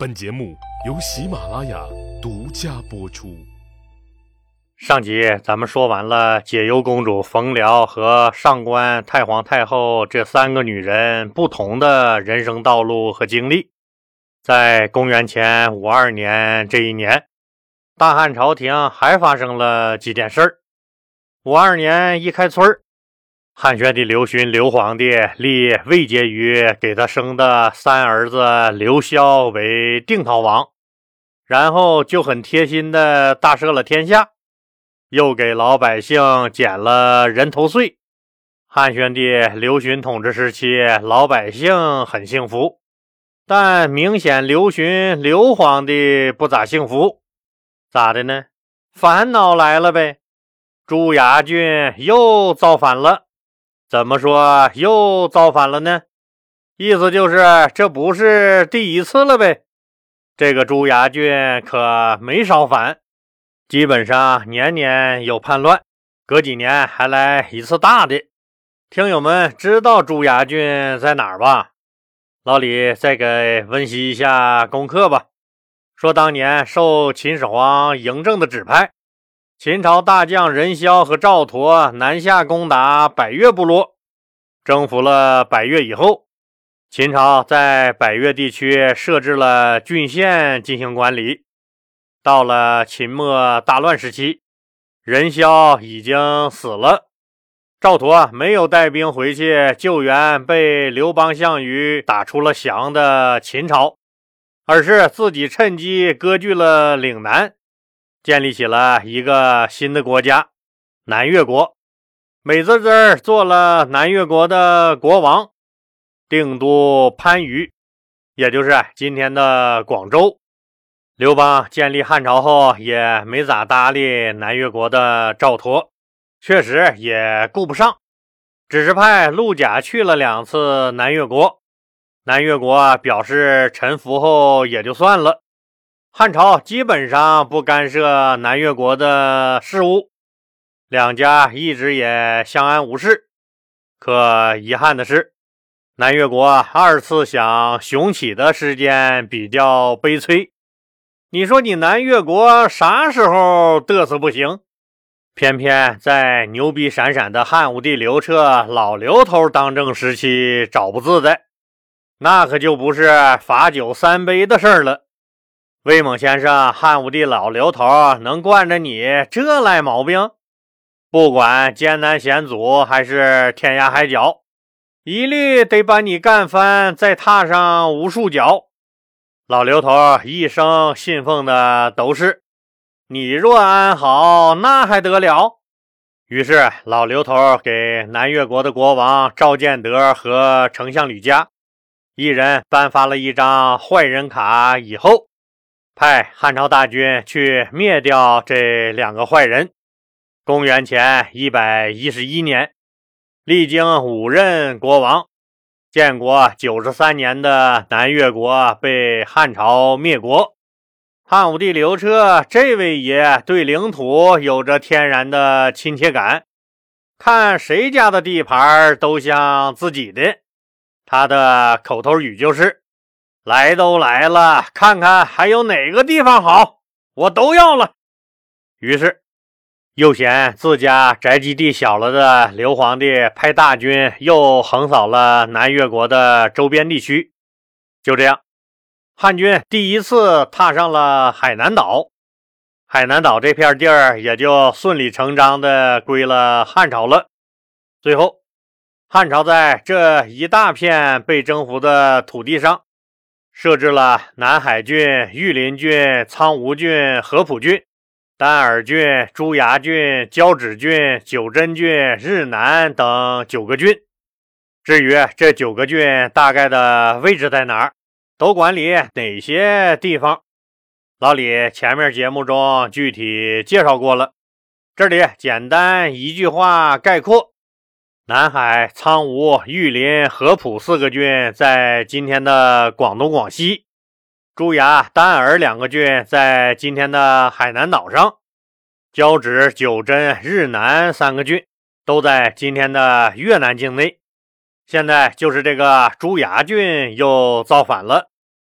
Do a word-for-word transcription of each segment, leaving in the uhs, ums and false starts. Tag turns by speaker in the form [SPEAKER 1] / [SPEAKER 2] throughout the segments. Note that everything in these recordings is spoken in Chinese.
[SPEAKER 1] 本节目由喜马拉雅独家播出。
[SPEAKER 2] 上集咱们说完了解忧公主冯辽和上官太皇太后这三个女人不同的人生道路和经历。在公元前五二年这一年，大汉朝廷还发生了几件事儿。五二年一开春，汉宣帝刘询刘皇帝立魏婕妤给他生的三儿子刘萧为定陶王，然后就很贴心的大赦了天下，又给老百姓减了人头税。汉宣帝刘询统治时期，老百姓很幸福，但明显刘询刘皇帝不咋幸福。咋的呢？烦恼来了呗。朱牙郡又造反了。怎么说又造反了呢？意思就是这不是第一次了呗。这个朱牙郡可没少反，基本上年年有叛乱，隔几年还来一次大的。听友们知道朱牙郡在哪儿吧？老李再给温习一下功课吧。说当年受秦始皇嬴政的指派，秦朝大将任嚣和赵佗南下攻打百越部落，征服了百越以后，秦朝在百越地区设置了郡县进行管理。到了秦末大乱时期，任嚣已经死了，赵佗没有带兵回去救援被刘邦项羽打出了降的秦朝，而是自己趁机割据了岭南，建立起了一个新的国家南越国，美滋滋做了南越国的国王，定都番禺，也就是今天的广州。刘邦建立汉朝后也没咋搭理南越国的赵佗，确实也顾不上，只是派陆贾去了两次南越国，南越国表示臣服后也就算了，汉朝基本上不干涉南越国的事务，两家一直也相安无事。可遗憾的是，南越国二次想雄起的时间比较悲催。你说你南越国啥时候嘚瑟不行？偏偏在牛逼闪闪的汉武帝刘彻老刘头当政时期找不自在，那可就不是罚酒三杯的事儿了。威猛先生汉武帝老刘头能惯着你这赖毛病？不管艰难险阻还是天涯海角，一律得把你干翻，再踏上无数脚。老刘头一生信奉的都是你若安好，那还得了。于是老刘头给南越国的国王赵建德和丞相吕嘉一人颁发了一张坏人卡，以后派汉朝大军去灭掉这两个坏人。公元前一百一十一年，历经五任国王，建国九十三年的南越国被汉朝灭国。汉武帝刘彻这位爷对领土有着天然的亲切感，看谁家的地盘都像自己的。他的口头语就是来都来了，看看还有哪个地方好，我都要了。于是又嫌自家宅基地小了的刘皇帝派大军又横扫了南越国的周边地区。就这样，汉军第一次踏上了海南岛，海南岛这片地儿也就顺理成章的归了汉朝了。最后汉朝在这一大片被征服的土地上设置了南海郡、玉林郡、苍梧郡、合浦郡、丹耳郡、朱牙郡、交趾郡、九真郡、日南等九个郡。至于这九个郡大概的位置在哪儿，都管理哪些地方，老李前面节目中具体介绍过了，这里简单一句话概括：南海、苍梧、玉林、合浦四个郡在今天的广东广西，朱牙、丹耳两个郡在今天的海南岛上，交趾、九真、日南三个郡都在今天的越南境内。现在就是这个朱牙郡又造反了，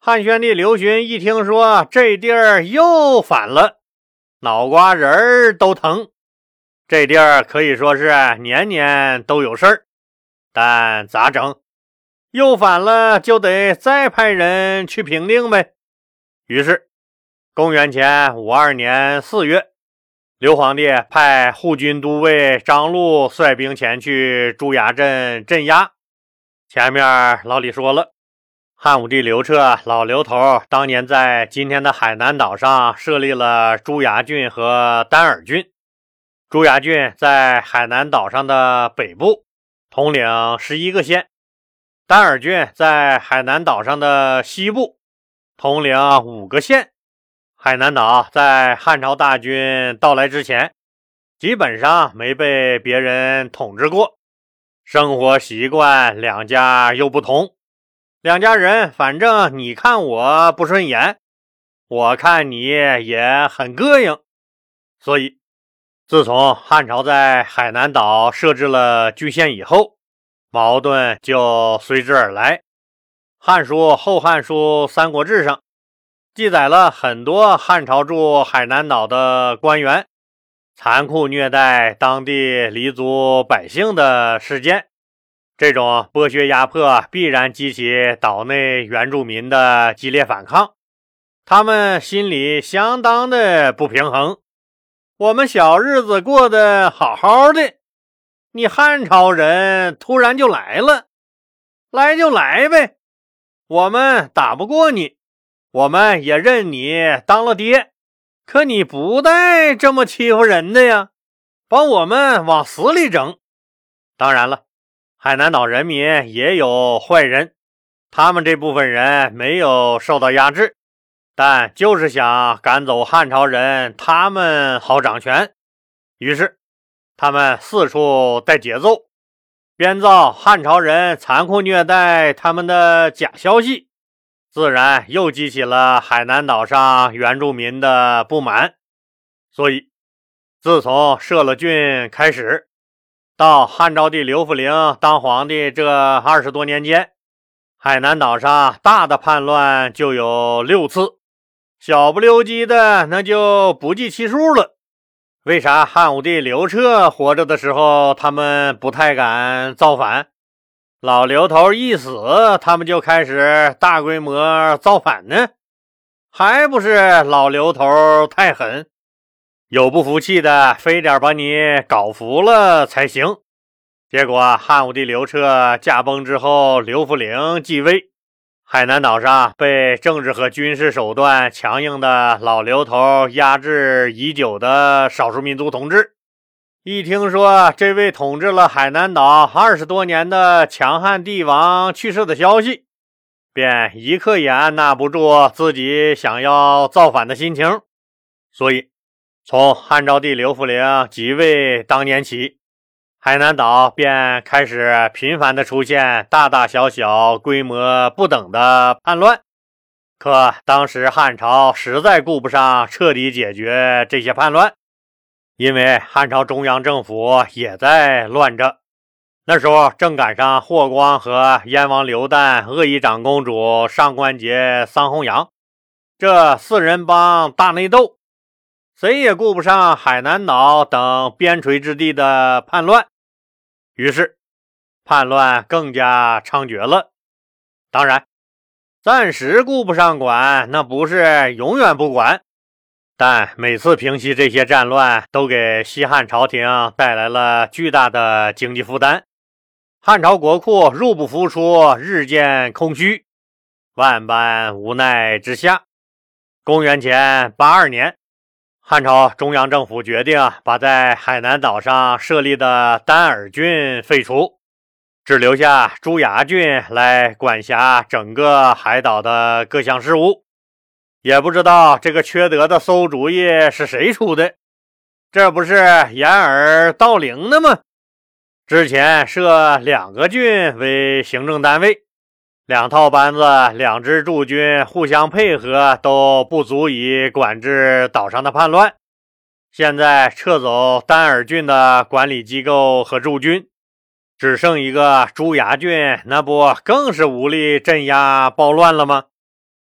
[SPEAKER 2] 汉宣帝刘询一听说这地儿又反了，脑瓜仁儿都疼。这地儿可以说是年年都有事儿，但咋整？又反了就得再派人去平定呗。于是公元前五二年四月，刘皇帝派护军都尉张禄率兵前去朱崖镇镇压。前面老李说了，汉武帝刘彻老刘头当年在今天的海南岛上设立了朱崖郡和丹耳郡。朱崖郡在海南岛上的北部，统领十一个县；丹耳郡在海南岛上的西部，统领五个县。海南岛在汉朝大军到来之前，基本上没被别人统治过，生活习惯两家又不同，两家人反正你看我不顺眼，我看你也很膈应，所以自从汉朝在海南岛设置了郡县以后，矛盾就随之而来。汉书《后汉书》《三国志》上记载了很多汉朝驻海南岛的官员残酷虐待当地黎族百姓的事件。这种剥削压迫必然激起岛内原住民的激烈反抗，他们心里相当的不平衡。我们小日子过得好好的，你汉朝人突然就来了，来就来呗，我们打不过你，我们也认你当了爹，可你不带这么欺负人的呀，把我们往死里整。当然了，海南岛人民也有坏人，他们这部分人没有受到压制，但就是想赶走汉朝人，他们好掌权。于是他们四处带节奏，编造汉朝人残酷虐待他们的假消息，自然又激起了海南岛上原住民的不满。所以自从设了郡开始，到汉昭帝刘弗陵当皇帝这二十多年间，海南岛上大的叛乱就有六次，小不溜叽的那就不计其数了。为啥汉武帝刘彻活着的时候他们不太敢造反，老刘头一死他们就开始大规模造反呢？还不是老刘头太狠，有不服气的非得把你搞服了才行。结果汉武帝刘彻驾崩之后，刘弗陵继位，海南岛上被政治和军事手段强硬的老刘头压制已久的少数民族统治。一听说这位统治了海南岛二十多年的强悍帝王去世的消息，便一刻也按捺不住自己想要造反的心情。所以从汉昭帝刘弗陵即位当年起，海南岛便开始频繁地出现大大小小规模不等的叛乱。可当时汉朝实在顾不上彻底解决这些叛乱，因为汉朝中央政府也在乱着。那时候正赶上霍光和燕王刘旦、鄂邑长公主上官桀、桑弘羊这四人帮大内斗，谁也顾不上海南岛等边陲之地的叛乱，于是叛乱更加猖獗了。当然暂时顾不上管，那不是永远不管，但每次平息这些战乱都给西汉朝廷带来了巨大的经济负担，汉朝国库入不敷出，日渐空虚。万般无奈之下，公元前八二年，汉朝中央政府决定把在海南岛上设立的丹耳郡废除，只留下朱崖郡来管辖整个海岛的各项事务。也不知道这个缺德的馊主意是谁出的，这不是掩耳盗铃的吗？之前设两个郡为行政单位，两套班子两支驻军互相配合都不足以管制岛上的叛乱，现在撤走丹耳郡的管理机构和驻军，只剩一个朱崖郡，那不更是无力镇压暴乱了吗？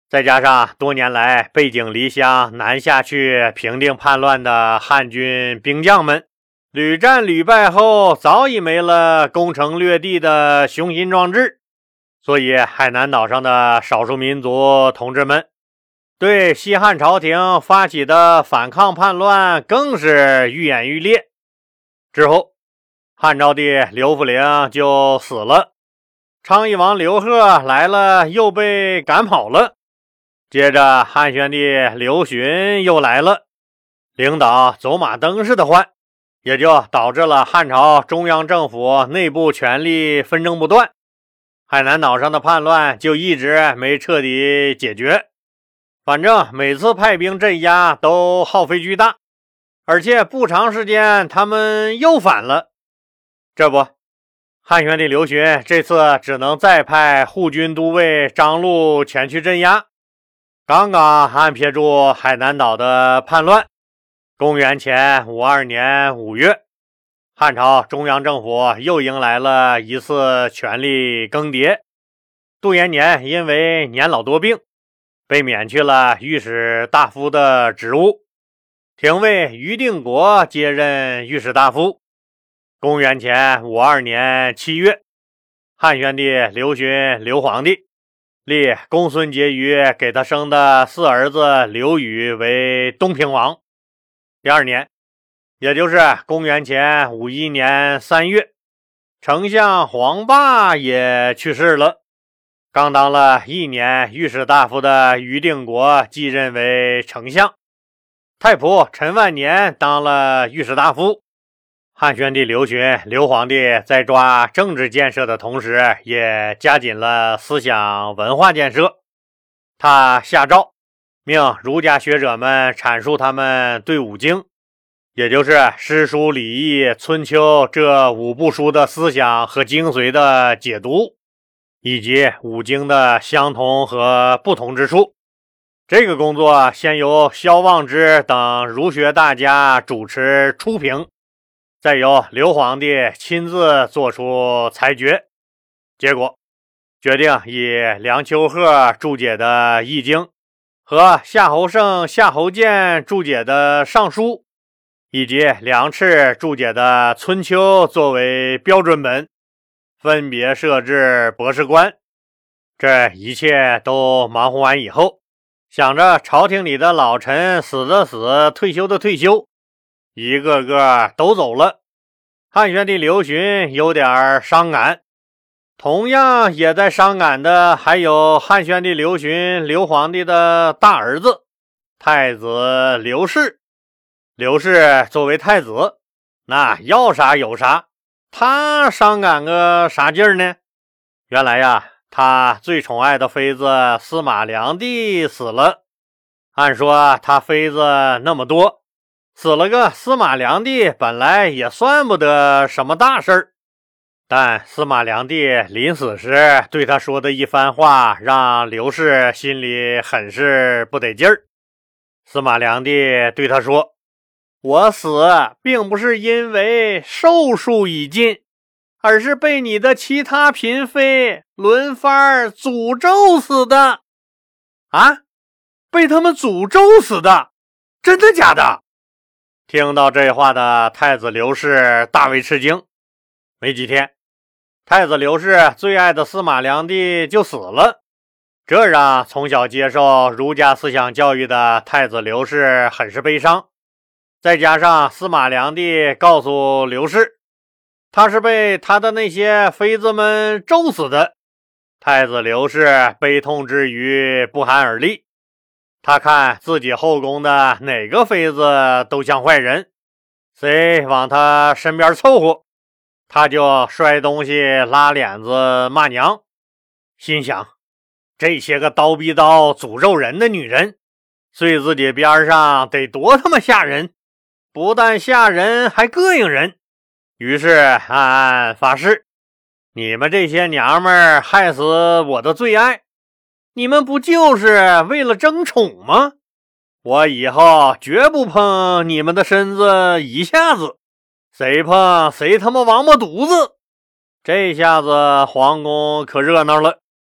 [SPEAKER 2] 再加上多年来背井离乡南下去平定叛乱的汉军兵将们，屡战屡败后早已没了攻城略地的雄心壮志，所以海南岛上的少数民族同志们对西汉朝廷发起的反抗叛乱更是愈演愈烈。之后汉昭帝刘弗陵就死了，昌邑王刘贺来了又被赶跑了，接着汉宣帝刘询又来了，领导走马灯似的换，也就导致了汉朝中央政府内部权力纷争不断，海南岛上的叛乱就一直没彻底解决。反正每次派兵镇压都耗费巨大，而且不长时间他们又反了。这不，汉宣帝刘询这次只能再派护军都尉张禄前去镇压。刚刚安撇住海南岛的叛乱，公元前五二年五月，汉朝中央政府又迎来了一次权力更迭。杜延年因为年老多病，被免去了御史大夫的职务，廷尉于定国接任御史大夫。公元前五二年七月，汉宣帝刘询刘皇帝立公孙婕妤给他生的四儿子刘宇为东平王。第二年，也就是公元前五一年三月，丞相黄霸也去世了。刚当了一年御史大夫的于定国继任为丞相，太仆陈万年当了御史大夫。汉宣帝刘询刘皇帝在抓政治建设的同时，也加紧了思想文化建设。他下诏命儒家学者们阐述他们对五经，也就是诗书礼义春秋这五部书的思想和精髓的解读，以及五经的相同和不同之处。这个工作先由萧望之等儒学大家主持初评，再由刘皇帝亲自做出裁决。结果决定以梁丘壑注解的《易经》和夏侯胜、夏侯建注解的《尚书》，以及梁赤注解的《春秋》作为标准本，分别设置博士官。这一切都忙活完以后，想着朝廷里的老臣死的死，退休的退休，一个个都走了。汉宣帝刘询有点伤感，同样也在伤感的还有汉宣帝刘询刘皇帝的大儿子太子刘氏。刘氏作为太子，那要啥有啥，他伤感个啥劲儿呢？原来呀，他最宠爱的妃子司马良娣死了。按说他妃子那么多，死了个司马良娣本来也算不得什么大事儿，但司马良娣临死时对他说的一番话，让刘氏心里很是不得劲儿。司马良娣对他说：我死并不是因为寿数已尽，而是被你的其他嫔妃轮番诅咒死的。啊，被他们诅咒死的？真的假的？听到这话的太子刘氏大为吃惊。没几天，太子刘氏最爱的司马良娣就死了，这让从小接受儒家思想教育的太子刘氏很是悲伤。再加上司马良娣告诉刘氏，他是被他的那些妃子们咒死的，太子刘氏悲痛之余不寒而栗。他看自己后宫的哪个妃子都像坏人，谁往他身边凑合，他就摔东西拉脸子骂娘。心想，这些个叨逼叨诅咒人的女人，睡自己边上得多他妈吓人，不但吓人还膈应人。于是暗暗发誓，你们这些娘们儿害死我的最爱，你们不就是为了争宠吗？我以后绝不碰你们的身子一下子，谁碰谁他妈王八犊子。这下子皇宫可热闹了，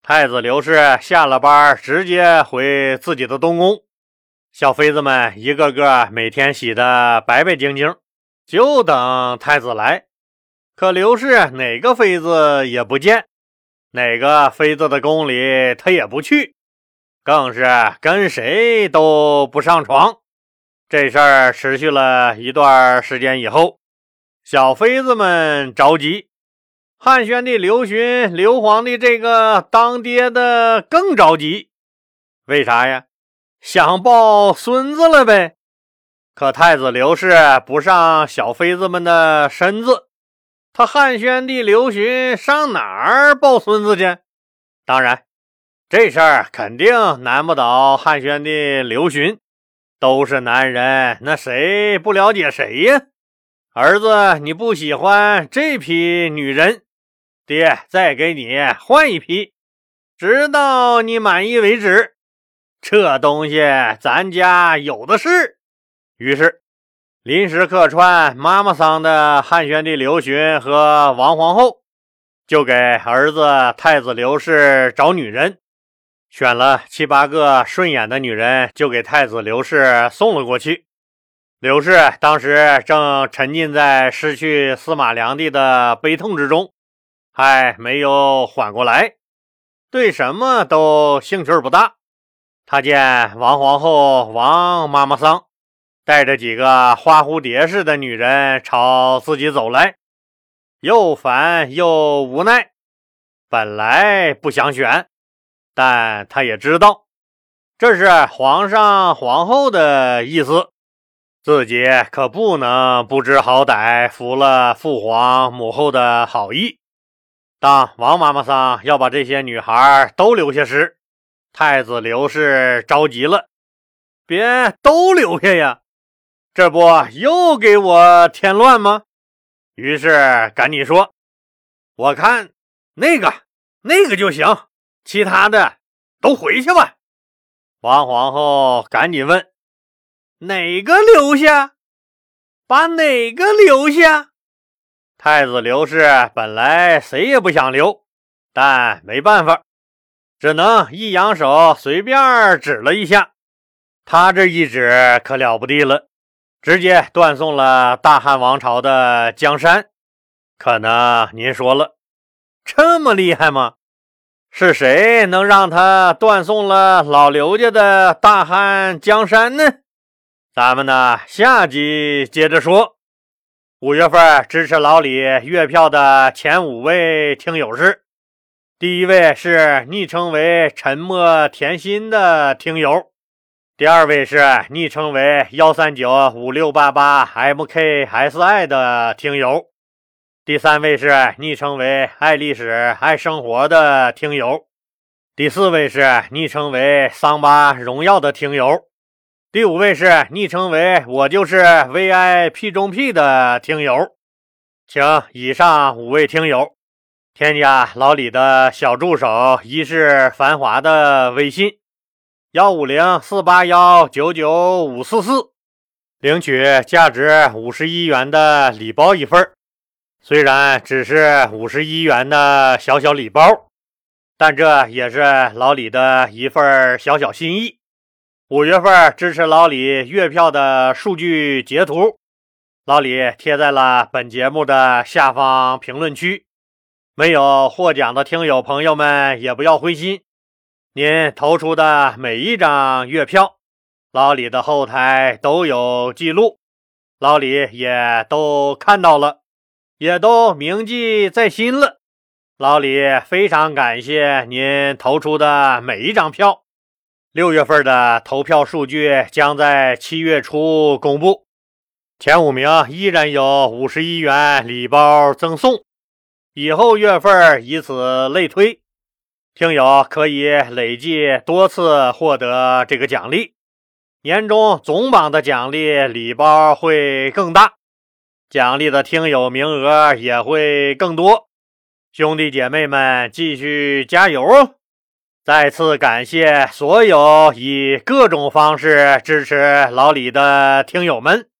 [SPEAKER 2] 太子刘氏下了班直接回自己的东宫，小妃子们一个个每天洗得白白净净，就等太子来。可刘氏哪个妃子也不见，哪个妃子的宫里他也不去，更是跟谁都不上床。这事儿持续了一段时间以后，小妃子们着急，汉宣帝刘询刘皇帝这个当爹的更着急。为啥呀？想抱孙子了呗。可太子刘氏不上小妃子们的身子，他汉宣帝刘询上哪儿抱孙子去？当然这事儿肯定难不倒汉宣帝刘询，都是男人，那谁不了解谁呀？儿子，你不喜欢这批女人，爹再给你换一批，直到你满意为止。这东西咱家有的是。于是临时客串妈妈桑的汉宣帝刘询和王皇后就给儿子太子刘氏找女人，选了七八个顺眼的女人就给太子刘氏送了过去。刘氏当时正沉浸在失去司马良娣的悲痛之中，还没有缓过来，对什么都兴趣不大。他见王皇后王妈妈桑带着几个花蝴蝶似的女人朝自己走来，又烦又无奈。本来不想选，但他也知道这是皇上皇后的意思，自己可不能不知好歹服了父皇母后的好意。当王妈妈桑要把这些女孩都留下时，太子刘氏着急了，别都留下呀，这不又给我添乱吗？于是赶紧说，我看那个那个就行，其他的都回去吧。王皇后赶紧问，哪个留下？把哪个留下？太子刘氏本来谁也不想留，但没办法，只能一扬手随便指了一下。他这一指可了不地了，直接断送了大汉王朝的江山。可能您说了，这么厉害吗？是谁能让他断送了老刘家的大汉江山呢？咱们呢，下集接着说。五月份支持老李月票的前五位听友是：第一位是昵称为沉默甜心的听友，第二位是昵称为一三九五六八八 M K S I 的听友，第三位是昵称为爱历史爱生活的听友，第四位是昵称为桑巴荣耀的听友，第五位是昵称为我就是 V I P 中 P 的听友。请以上五位听友添加老李的小助手一世繁华的微信一五零四八一九九五四四，领取价值五十一元的礼包一份。虽然只是五十一元的小小礼包，但这也是老李的一份小小心意。五月份支持老李月票的数据截图，老李贴在了本节目的下方评论区。没有获奖的听友朋友们也不要灰心，您投出的每一张月票，老李的后台都有记录，老李也都看到了，也都铭记在心了。老李非常感谢您投出的每一张票。六月份的投票数据将在七月初公布，前五名依然有五十一元礼包赠送，以后月份以此类推，听友可以累计多次获得这个奖励，年终总榜的奖励礼包会更大，奖励的听友名额也会更多，兄弟姐妹们继续加油哦！再次感谢所有以各种方式支持老李的听友们，